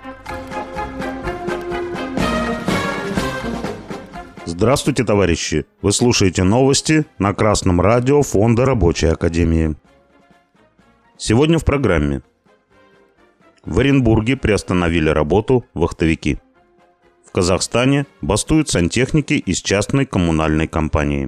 Здравствуйте, товарищи! Вы слушаете новости на Красном радио Фонда Рабочей Академии. Сегодня в программе. В Оренбурге приостановили работу вахтовики. В Казахстане бастуют сантехники из частной коммунальной компании.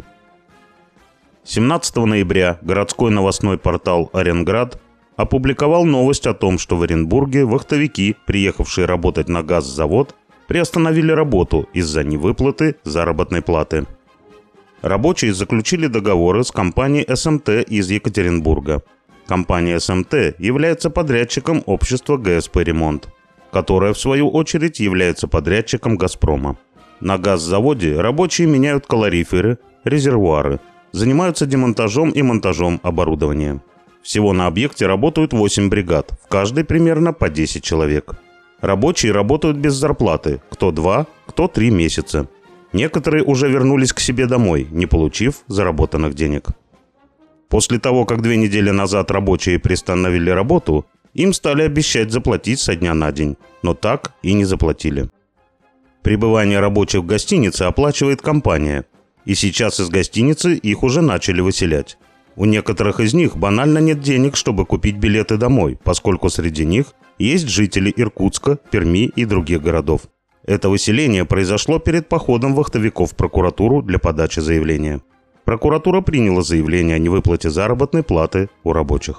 17 ноября городской новостной портал «Оренград» опубликовал новость о том, что в Оренбурге вахтовики, приехавшие работать на газзавод, приостановили работу из-за невыплаты заработной платы. Рабочие заключили договоры с компанией СМТ из Екатеринбурга. Компания СМТ является подрядчиком общества ГСП «Ремонт», которое, в свою очередь, является подрядчиком «Газпрома». На газзаводе рабочие меняют калориферы, резервуары, занимаются демонтажом и монтажом оборудования. Всего на объекте работают 8 бригад, в каждой примерно по 10 человек. Рабочие работают без зарплаты, кто 2, кто 3 месяца. Некоторые уже вернулись к себе домой, не получив заработанных денег. После того, как 2 недели назад рабочие приостановили работу, им стали обещать заплатить со дня на день, но так и не заплатили. Пребывание рабочих в гостинице оплачивает компания, и сейчас из гостиницы их уже начали выселять. У некоторых из них банально нет денег, чтобы купить билеты домой, поскольку среди них есть жители Иркутска, Перми и других городов. Это выселение произошло перед походом вахтовиков в прокуратуру для подачи заявления. Прокуратура приняла заявление о невыплате заработной платы у рабочих.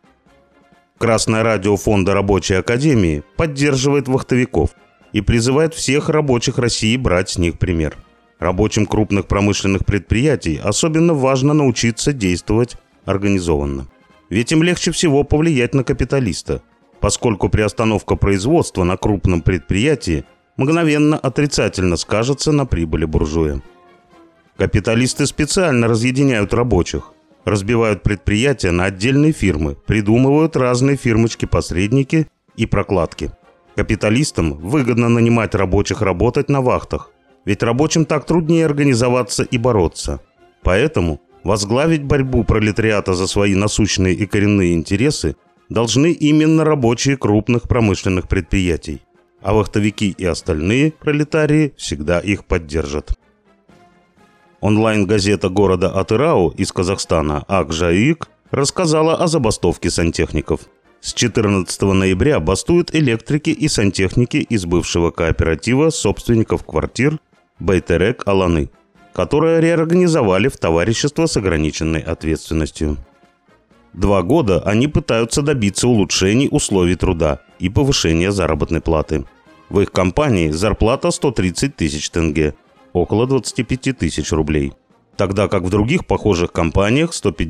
Красное радио Фонда Рабочей Академии поддерживает вахтовиков и призывает всех рабочих России брать с них пример. Рабочим крупных промышленных предприятий особенно важно научиться действовать организованно. Ведь им легче всего повлиять на капиталиста, поскольку приостановка производства на крупном предприятии мгновенно отрицательно скажется на прибыли буржуя. Капиталисты специально разъединяют рабочих, разбивают предприятия на отдельные фирмы, придумывают разные фирмочки-посредники и прокладки. Капиталистам выгодно нанимать рабочих работать на вахтах, ведь рабочим так труднее организоваться и бороться. Поэтому возглавить борьбу пролетариата за свои насущные и коренные интересы должны именно рабочие крупных промышленных предприятий, а вахтовики и остальные пролетарии всегда их поддержат. Онлайн-газета города Атырау из Казахстана «Ак-Жайык» рассказала о забастовке сантехников. С 14 ноября бастуют электрики и сантехники из бывшего кооператива собственников квартир Бейтерек-Аланы, которое реорганизовали в товарищество с ограниченной ответственностью. 2 года они пытаются добиться улучшений условий труда и повышения заработной платы. В их компании зарплата 130 тысяч тенге, около 25 тысяч рублей, тогда как в других похожих компаниях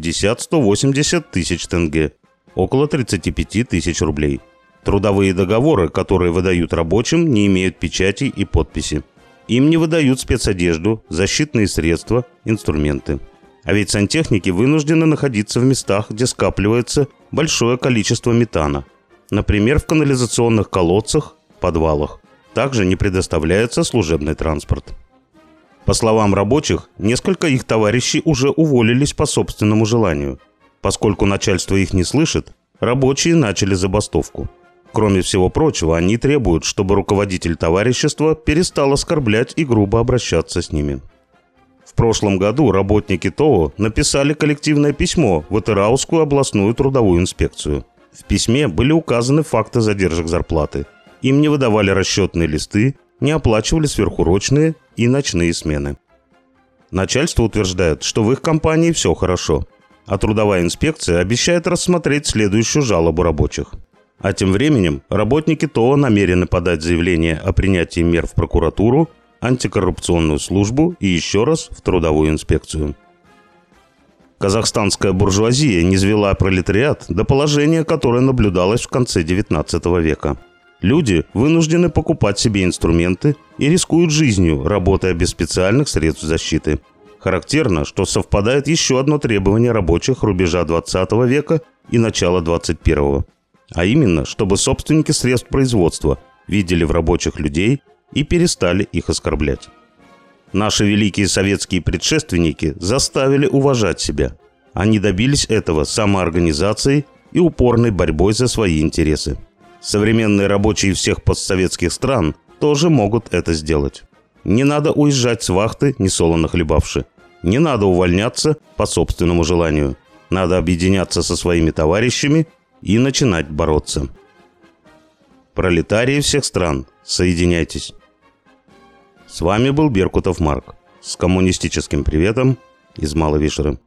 150-180 тысяч тенге, около 35 тысяч рублей. Трудовые договоры, которые выдают рабочим, не имеют печати и подписи. Им не выдают спецодежду, защитные средства, инструменты. А ведь сантехники вынуждены находиться в местах, где скапливается большое количество метана. Например, в канализационных колодцах, подвалах. Также не предоставляется служебный транспорт. По словам рабочих, несколько их товарищей уже уволились по собственному желанию. Поскольку начальство их не слышит, рабочие начали забастовку. Кроме всего прочего, они требуют, чтобы руководитель товарищества перестал оскорблять и грубо обращаться с ними. В прошлом году работники ТОО написали коллективное письмо в Атыраускую областную трудовую инспекцию. В письме были указаны факты задержек зарплаты. Им не выдавали расчетные листы, не оплачивали сверхурочные и ночные смены. Начальство утверждает, что в их компании все хорошо, а трудовая инспекция обещает рассмотреть следующую жалобу рабочих. А тем временем работники ТОО намерены подать заявление о принятии мер в прокуратуру, антикоррупционную службу и еще раз в трудовую инспекцию. Казахстанская буржуазия низвела пролетариат до положения, которое наблюдалось в конце XIX века. Люди вынуждены покупать себе инструменты и рискуют жизнью, работая без специальных средств защиты. Характерно, что совпадает еще одно требование рабочих рубежа XX века и начала XXI. А именно, чтобы собственники средств производства видели в рабочих людей и перестали их оскорблять. Наши великие советские предшественники заставили уважать себя. Они добились этого самоорганизацией и упорной борьбой за свои интересы. Современные рабочие всех постсоветских стран тоже могут это сделать. Не надо уезжать с вахты, несолоно хлебавши. Не надо увольняться по собственному желанию. Надо объединяться со своими товарищами и начинать бороться. Пролетарии всех стран, соединяйтесь. С вами был Беркутов Марк с коммунистическим приветом из Малой Вишеры.